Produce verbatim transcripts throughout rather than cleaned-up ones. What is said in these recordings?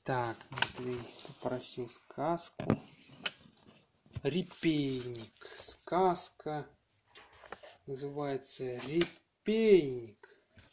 Так, Матвей попросил сказку. Репейник. Сказка называется Репейник.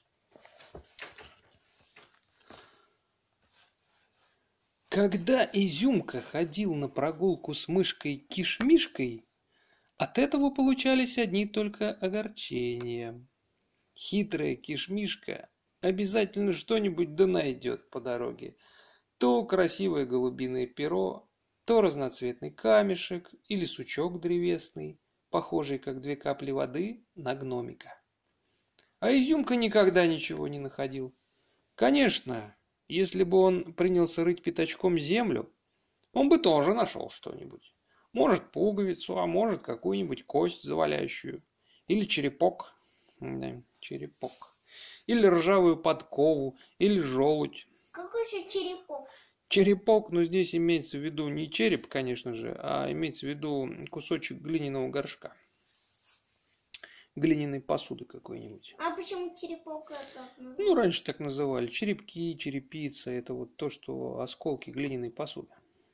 Когда Изюмка ходил на прогулку с мышкой Кишмишкой, от этого получались одни только огорчения. Хитрая Кишмишка обязательно что-нибудь да найдет по дороге. То красивое голубиное перо, то разноцветный камешек или сучок древесный, похожий, как две капли воды, на гномика. А Изюмка никогда ничего не находил. Конечно, если бы он принялся рыть пятачком землю, он бы тоже нашел что-нибудь. Может, пуговицу, а может, какую-нибудь кость заваляющую. Или черепок. Да, черепок. Или ржавую подкову, или желудь. Какой же черепок? Черепок, но здесь имеется в виду не череп, конечно же, а имеется в виду кусочек глиняного горшка. Глиняной посуды какой-нибудь. А почему черепок это? Ну, раньше так называли. Черепки, черепица, это вот то, что осколки глиняной посуды.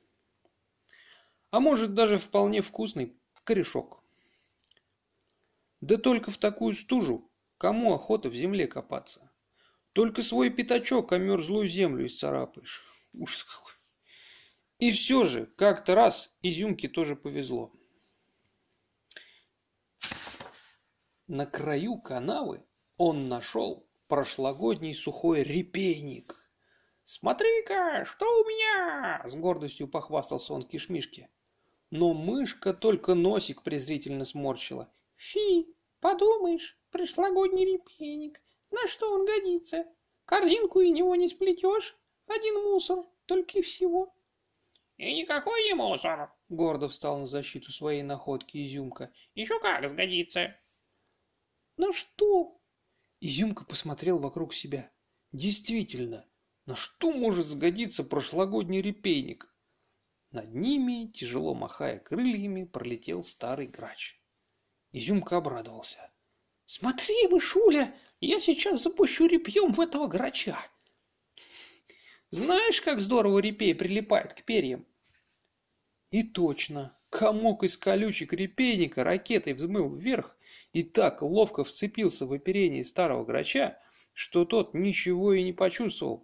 А может, даже вполне вкусный корешок. Да только в такую стужу кому охота в земле копаться? Только свой пятачок о мерзлую землю исцарапаешь. Ужас какой. И все же, как-то раз Изюмке тоже повезло. На краю канавы он нашел прошлогодний сухой репейник. «Смотри-ка, что у меня!» — с гордостью похвастался он Кишмишке. Но мышка только носик презрительно сморщила. «Фи, подумаешь, прошлогодний репейник. На что он годится? Корзинку и него не сплетешь. Один мусор, только и всего». «И никакой не мусор!» — гордо встал на защиту своей находки Изюмка. «Еще как сгодится!» «На что?» Изюмка посмотрел вокруг себя. Действительно, на что может сгодиться прошлогодний репейник? Над ними, тяжело махая крыльями, пролетел старый грач. Изюмка обрадовался. «Смотри, мышуля, я сейчас запущу репьем в этого грача. Знаешь, как здорово репей прилипает к перьям?» И точно, комок из колючек репейника ракетой взмыл вверх и так ловко вцепился в оперение старого грача, что тот ничего и не почувствовал.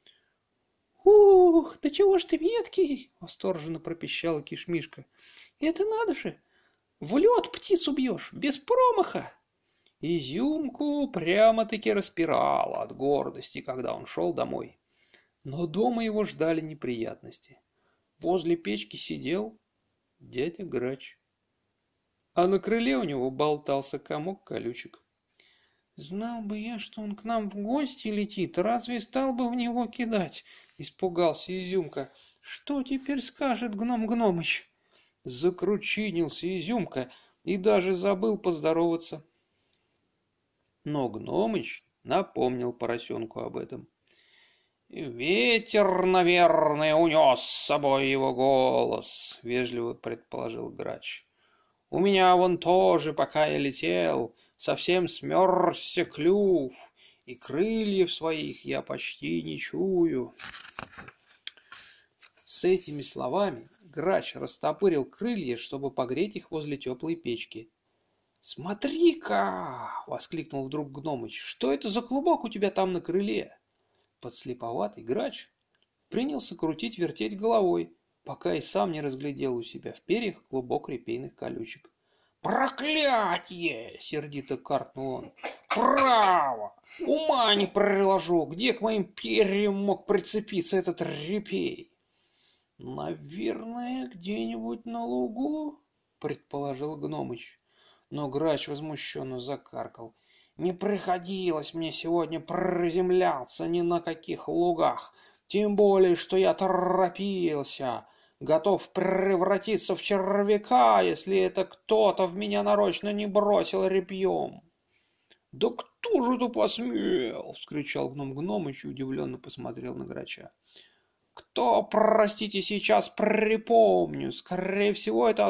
«Ух, да чего ж ты меткий!» — восторженно пропищала Кишмишка. «Это надо же! В лед птицу бьешь, без промаха!» Изюмку прямо-таки распирало от гордости, когда он шел домой. Но дома его ждали неприятности. Возле печки сидел дядя Грач, а на крыле у него болтался комок колючек. «Знал бы я, что он к нам в гости летит, разве стал бы в него кидать?» — испугался Изюмка. «Что теперь скажет гном Гномыч?» Закручинился Изюмка и даже забыл поздороваться. Но Гномыч напомнил поросенку об этом. «Ветер, наверное, унес с собой его голос», — вежливо предположил Грач. «У меня вон тоже, пока я летел, совсем смерзся клюв, и крыльев своих я почти не чую». С этими словами Грач растопырил крылья, чтобы погреть их возле теплой печки. «Смотри-ка!» — воскликнул вдруг Гномыч. «Что это за клубок у тебя там на крыле?» Подслеповатый Грач принялся крутить-вертеть головой, пока и сам не разглядел у себя в перьях клубок репейных колючек. «Проклятье!» — сердито каркнул он. «Право! Ума не приложу, где к моим перьям мог прицепиться этот репей?» «Наверное, где-нибудь на лугу?» — предположил Гномыч. Но Грач возмущенно закаркал. «Не приходилось мне сегодня приземляться ни на каких лугах, тем более, что я торопился, готов превратиться в червяка, если это кто-то в меня нарочно не бросил репьем». «Да кто же это посмел?» — вскричал гном Гномыч и удивленно посмотрел на Грача. «Кто, простите, сейчас припомню, скорее всего, это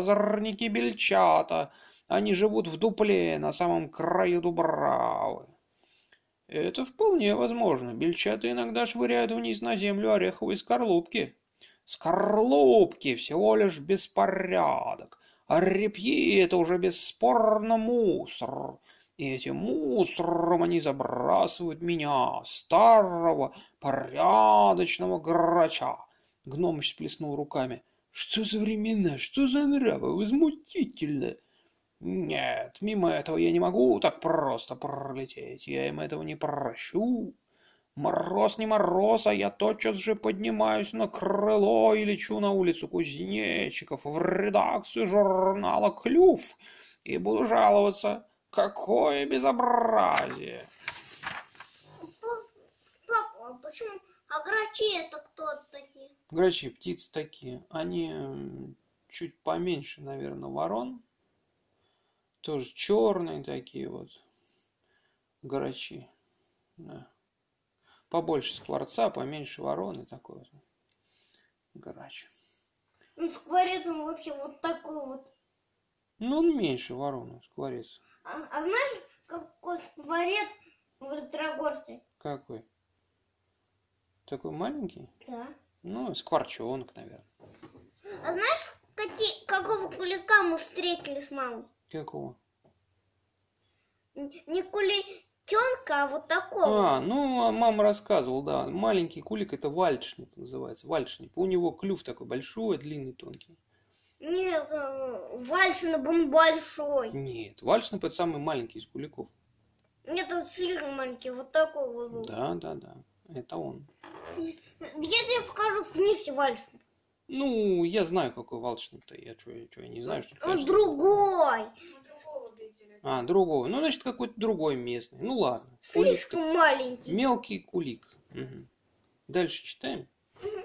озорники-бельчата. Они живут в дупле на самом краю Дубравы». Это вполне возможно. Бельчата иногда швыряют вниз на землю ореховые скорлупки. Скорлупки всего лишь беспорядок, а репьи это уже бесспорно мусор. И этим мусором они забрасывают меня, старого, порядочного грача. Гномыч сплеснул руками. Что за времена, что за нравы, возмутительно. Нет, мимо этого я не могу так просто пролететь, я им этого не прощу. Мороз не мороз, а я тотчас же поднимаюсь на крыло и лечу на улицу Кузнечиков в редакцию журнала «Клюв» и буду жаловаться. Какое безобразие! Папа, а почему? А грачи это кто такие? Грачи, птицы такие. Они чуть поменьше, наверное, ворон. Тоже черные такие вот грачи. Да. Побольше скворца, поменьше вороны, такой вот грач. Ну, скворец он вообще вот такой вот. Ну, он меньше вороны, скворец. А, а знаешь, какой скворец в Электрогорске? Какой? Такой маленький? Да. Ну, скворчонок, наверное. А знаешь, какие, какого кулика мы встретили с мамой? Какого? Не куличонка, а вот такого. А, ну, мама рассказывала, да. Маленький кулик это вальшнип называется. Вальшнип. У него клюв такой большой, длинный, тонкий. Нет, вальшнип он большой. Нет, вальшнип это самый маленький из куликов. Нет, он слишком маленький, вот такой вот был. Да, да, да. Это он. Я тебе покажу вместе вальшнип. Ну, я знаю, какой вальшнип-то. Я что, я, я не знаю, что это. Он другой. А, другого. Ну, значит, какой-то другой местный. Ну, ладно. Слишком Кулик. маленький. Мелкий кулик. Угу. Дальше читаем. Угу.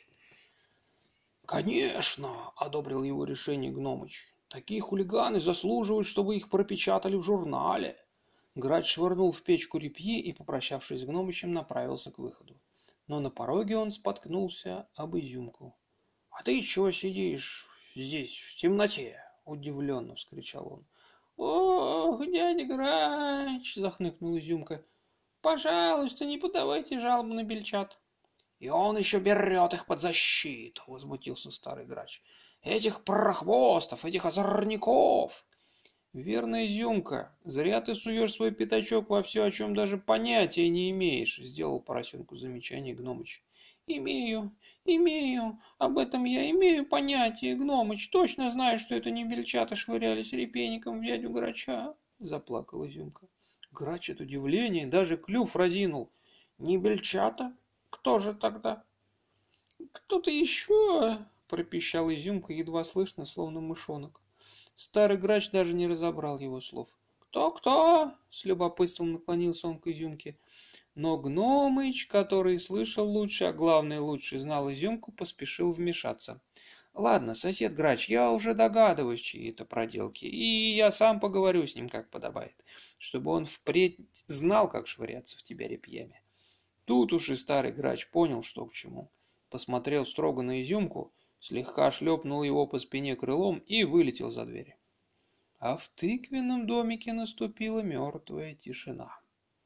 Конечно, одобрил его решение Гномыч. Такие хулиганы заслуживают, чтобы их пропечатали в журнале. Грач швырнул в печку репьи и, попрощавшись с Гномычем, направился к выходу. Но на пороге он споткнулся об изюмку. — А ты чего сидишь здесь, в темноте? — удивленно вскричал он. — Ох, дядя Грач! — захныкнул изюмка. — Пожалуйста, не подавайте жалобу на бельчат. — И он еще берет их под защиту, — возмутился старый Грач. — Этих прохвостов, этих озорников! — Верно, изюмка, зря ты суешь свой пятачок во все, о чем даже понятия не имеешь, — сделал поросенку замечание Гномыч. — Имею, имею, об этом я имею понятие, Гномыч, точно знаю, что это не бельчата швырялись репейником в дядю Грача, — заплакал изюмка. Грач от удивления даже клюв разинул. — Не бельчата? Кто же тогда? — Кто-то еще, — пропищал изюмка, едва слышно, словно мышонок. Старый Грач даже не разобрал его слов. «Кто-кто?» — с любопытством наклонился он к изюмке. Но Гномыч, который слышал лучше, а главное лучше знал изюмку, поспешил вмешаться. «Ладно, сосед Грач, я уже догадываюсь, чьи это проделки, и я сам поговорю с ним, как подобает, чтобы он впредь знал, как швыряться в тебя репьями». Тут уж и старый Грач понял, что к чему. Посмотрел строго на изюмку, слегка шлепнул его по спине крылом и вылетел за дверь. А в тыквенном домике наступила мертвая тишина.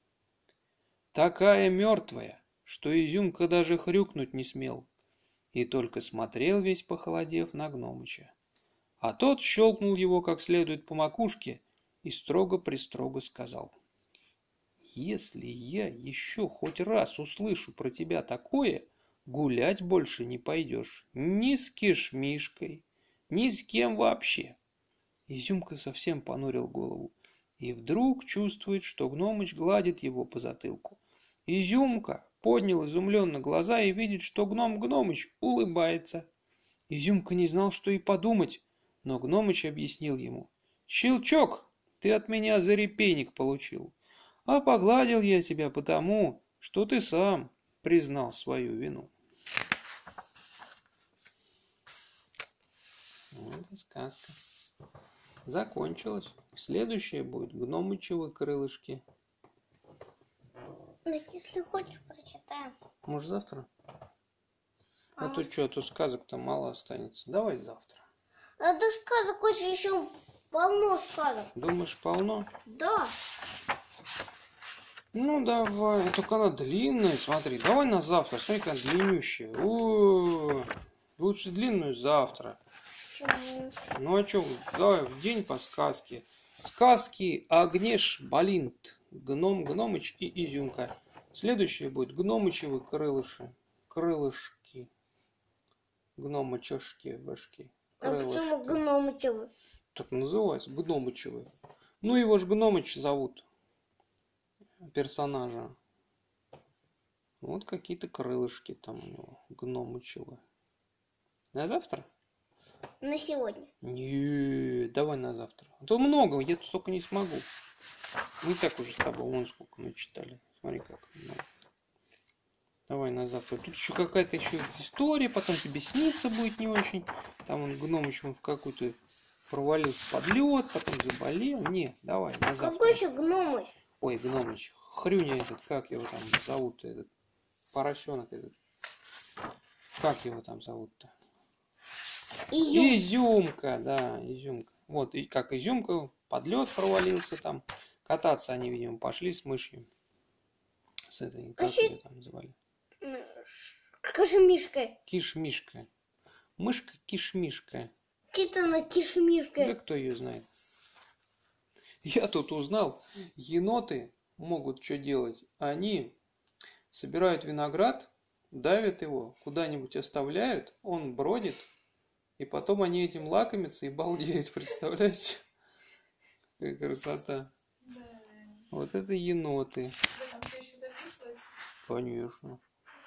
Такая мертвая, что изюмка даже хрюкнуть не смел, и только смотрел весь похолодев на Гномыча. А тот щелкнул его как следует по макушке и строго-пристрого сказал: «Если я еще хоть раз услышу про тебя такое, гулять больше не пойдешь ни с Кишмишкой, ни с кем вообще». Изюмка совсем понурил голову и вдруг чувствует, что Гномыч гладит его по затылку. Изюмка поднял изумленно глаза и видит, что гном Гномыч улыбается. Изюмка не знал, что и подумать, но Гномыч объяснил ему: «Щелчок, ты от меня за репейник получил, а погладил я тебя потому, что ты сам признал свою вину». Вот и сказка закончилась. Следующее будет Гномычевы крылышки. Да если хочешь, прочитаем. Может, завтра? А, а то что, а то сказок-то мало останется. Давай завтра. А до сказок очень еще полно сказок. Думаешь, полно? Да. Ну давай, только она длинная, смотри. Давай на завтра, смотри, какая длиннющая. О, лучше длинную завтра. Почему? Ну а что, давай в день по сказке. Сказки Агнеш Балинт. Гном, Гномыч и Изюмка. Следующее будет Гномычевы крылыши. Крылышки. Гномычешки, башки. А почему Крылышки. Гномычевы? Так называется, Гномычевы. Ну его ж Гномыч зовут. Персонажа. Вот какие-то крылышки там у него. Гномычевы. На завтра? На сегодня. Не, давай на завтра. А то много, я столько не смогу. Мы и так уже с тобой вон сколько начитали. Смотри как. Ну. Давай на завтра. Тут еще какая-то еще история, потом тебе снится будет не очень. Там он Гномыч он в какую-то провалился под лед, потом заболел. Не, давай на завтра. Какой еще Гномыч? Ой, Гномыч. Хрюня этот, как его там зовут этот? Поросенок этот. Как его там зовут-то? Изюм. Изюмка, да, изюмка. Вот, и как изюмка, под лед провалился там. Кататься они, видимо, пошли с мышью. С этой, как Вообще- ее там звали? Кишмишка. Кишмишка. Мышка Кишмишка. Китана Да Кишмишка. кто ее знает? Я тут узнал, еноты могут что делать. Они собирают виноград, давят его, куда-нибудь оставляют, он бродит, и потом они этим лакомятся и балдеют, представляете? Какая красота. Вот это еноты. Конечно.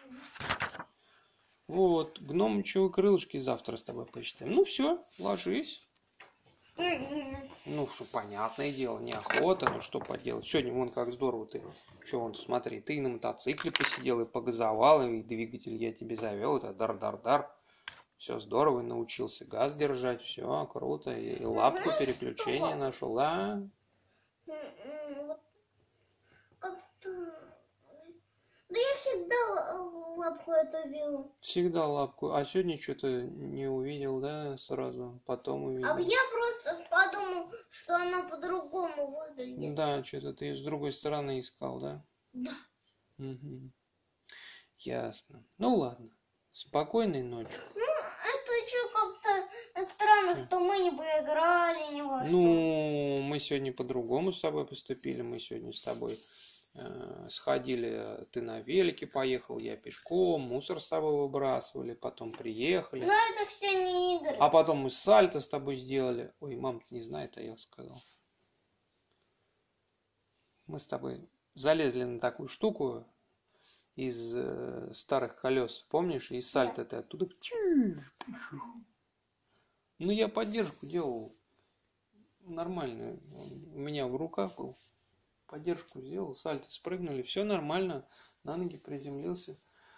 Вот, гномычевые крылышки завтра с тобой почитаем. Ну все, ложись. Ну, понятное дело, неохота, ну что поделать. Сегодня вон как здорово ты. Что вон, смотри, ты на мотоцикле посидел и погазовал, и двигатель я тебе завел, это дар-дар-дар. Все здорово, и научился газ держать, все круто. И, и лапку переключения нашел, а? Как-то... Да я всегда лапку эту вижу. Всегда лапку. А сегодня что-то не увидел, да, сразу, потом увидел. А я просто подумал, что она по-другому выглядит. Да, что-то ты с другой стороны искал, да? Да. Угу. Ясно. Ну ладно. Спокойной ночи. Ну, это что как-то странно, что мы не поиграли, ни во что. Ну, мы сегодня по-другому с тобой поступили. Мы сегодня с тобой э, сходили, ты на велике поехал, я пешком, мусор с тобой выбрасывали, потом приехали. Но это все не игры. А потом мы сальто с тобой сделали. Ой, мама не знает, а я сказал. Мы с тобой залезли на такую штуку из э, старых колес, помнишь? И сальто ты оттуда. Ну, я поддержку делал нормально. У меня в руках был. Поддержку сделал, сальто спрыгнули, все нормально. На ноги приземлился.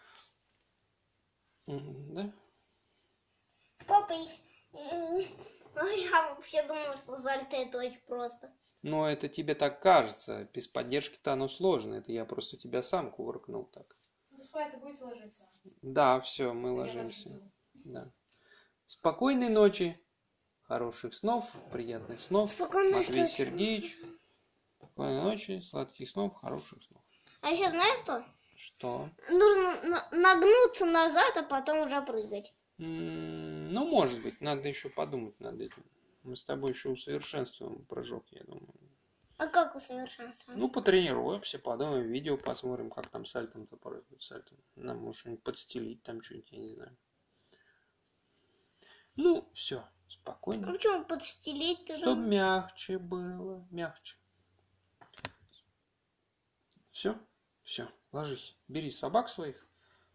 Да? Папа, э, я вообще думала, что сальто это очень просто. Но это тебе так кажется. Без поддержки-то оно сложно. Это я просто тебя сам кувыркнул так. Вы спать будете ложиться? Да, все, мы Я ложимся. вас жду. Да. Спокойной ночи, хороших снов, приятных снов. Спокойной Матвей ночи. Сергеевич. Спокойной ночи, сладких снов, хороших снов. А еще знаешь что? Что? Нужно на- нагнуться назад, а потом уже прыгать. М, Ну, может быть, надо еще подумать над этим. Мы с тобой еще усовершенствуем прыжок, я думаю. А как усовершенствовать? Ну, потренируемся, подумаем, видео посмотрим, как там сальтом-то прыгают. Сальтом. Нам может что-нибудь подстелить, там что-нибудь, я не знаю. Ну, все, спокойно. А почему подстелить ты Чтобы думаешь? мягче было, мягче. Все, все, ложись. Бери собак своих.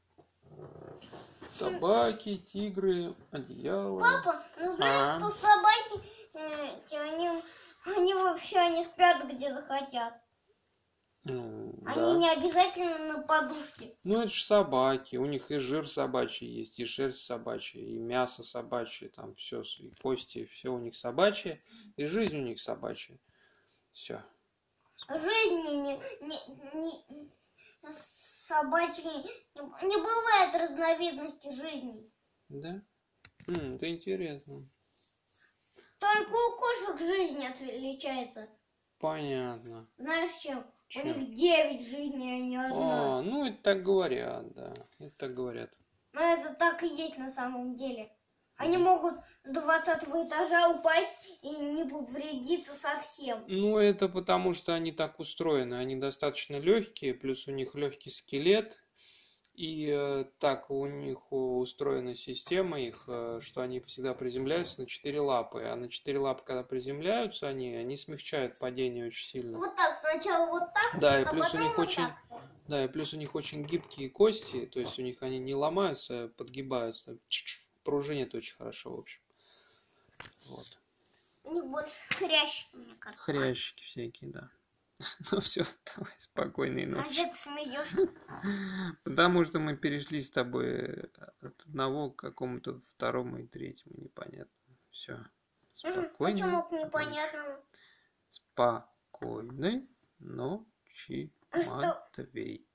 Собаки, тигры, одеяло. Папа, ну знаешь, А. что собаки, э, те, они, они вообще они спят где захотят. Ну, Они да. не обязательно на подушке. Ну, это же собаки. У них и жир собачий есть, и шерсть собачья, и мясо собачье, там все, и кости, все у них собачье, и жизнь у них собачья. Все. Жизни не, не, не собачьей не, не бывает разновидности жизни. Да? М, это интересно. Только у кошек жизнь отличается. Понятно. Знаешь чем? У Чем? них девять жизней, а не одна. А, ну это так говорят, да. Это так говорят. Но это так и есть на самом деле. Они Мгм. могут с двадцатого этажа упасть и не повредиться совсем. Ну, это потому, что они так устроены. Они достаточно легкие, плюс у них легкий скелет. И э, так у них устроена система их, э, что они всегда приземляются на четыре лапы. А на четыре лапы, когда приземляются они, они смягчают падение очень сильно. Вот так, сначала вот так, Да, и а плюс у потом них вот очень, так. да, и плюс у них очень гибкие кости, то есть у них они не ломаются, а подгибаются. Так, чик-чик, пружинят очень хорошо, в общем. Вот. У них больше хрящ, мне кажется. Хрящики всякие, да. Ну все, давай, спокойной А ночи. где ты смеешься? Потому что мы перешли с тобой от одного к какому-то второму и третьему, непонятно. Все. Спокойной Почему к ночи. непонятному? Спокойной ночи, А что? Матвей.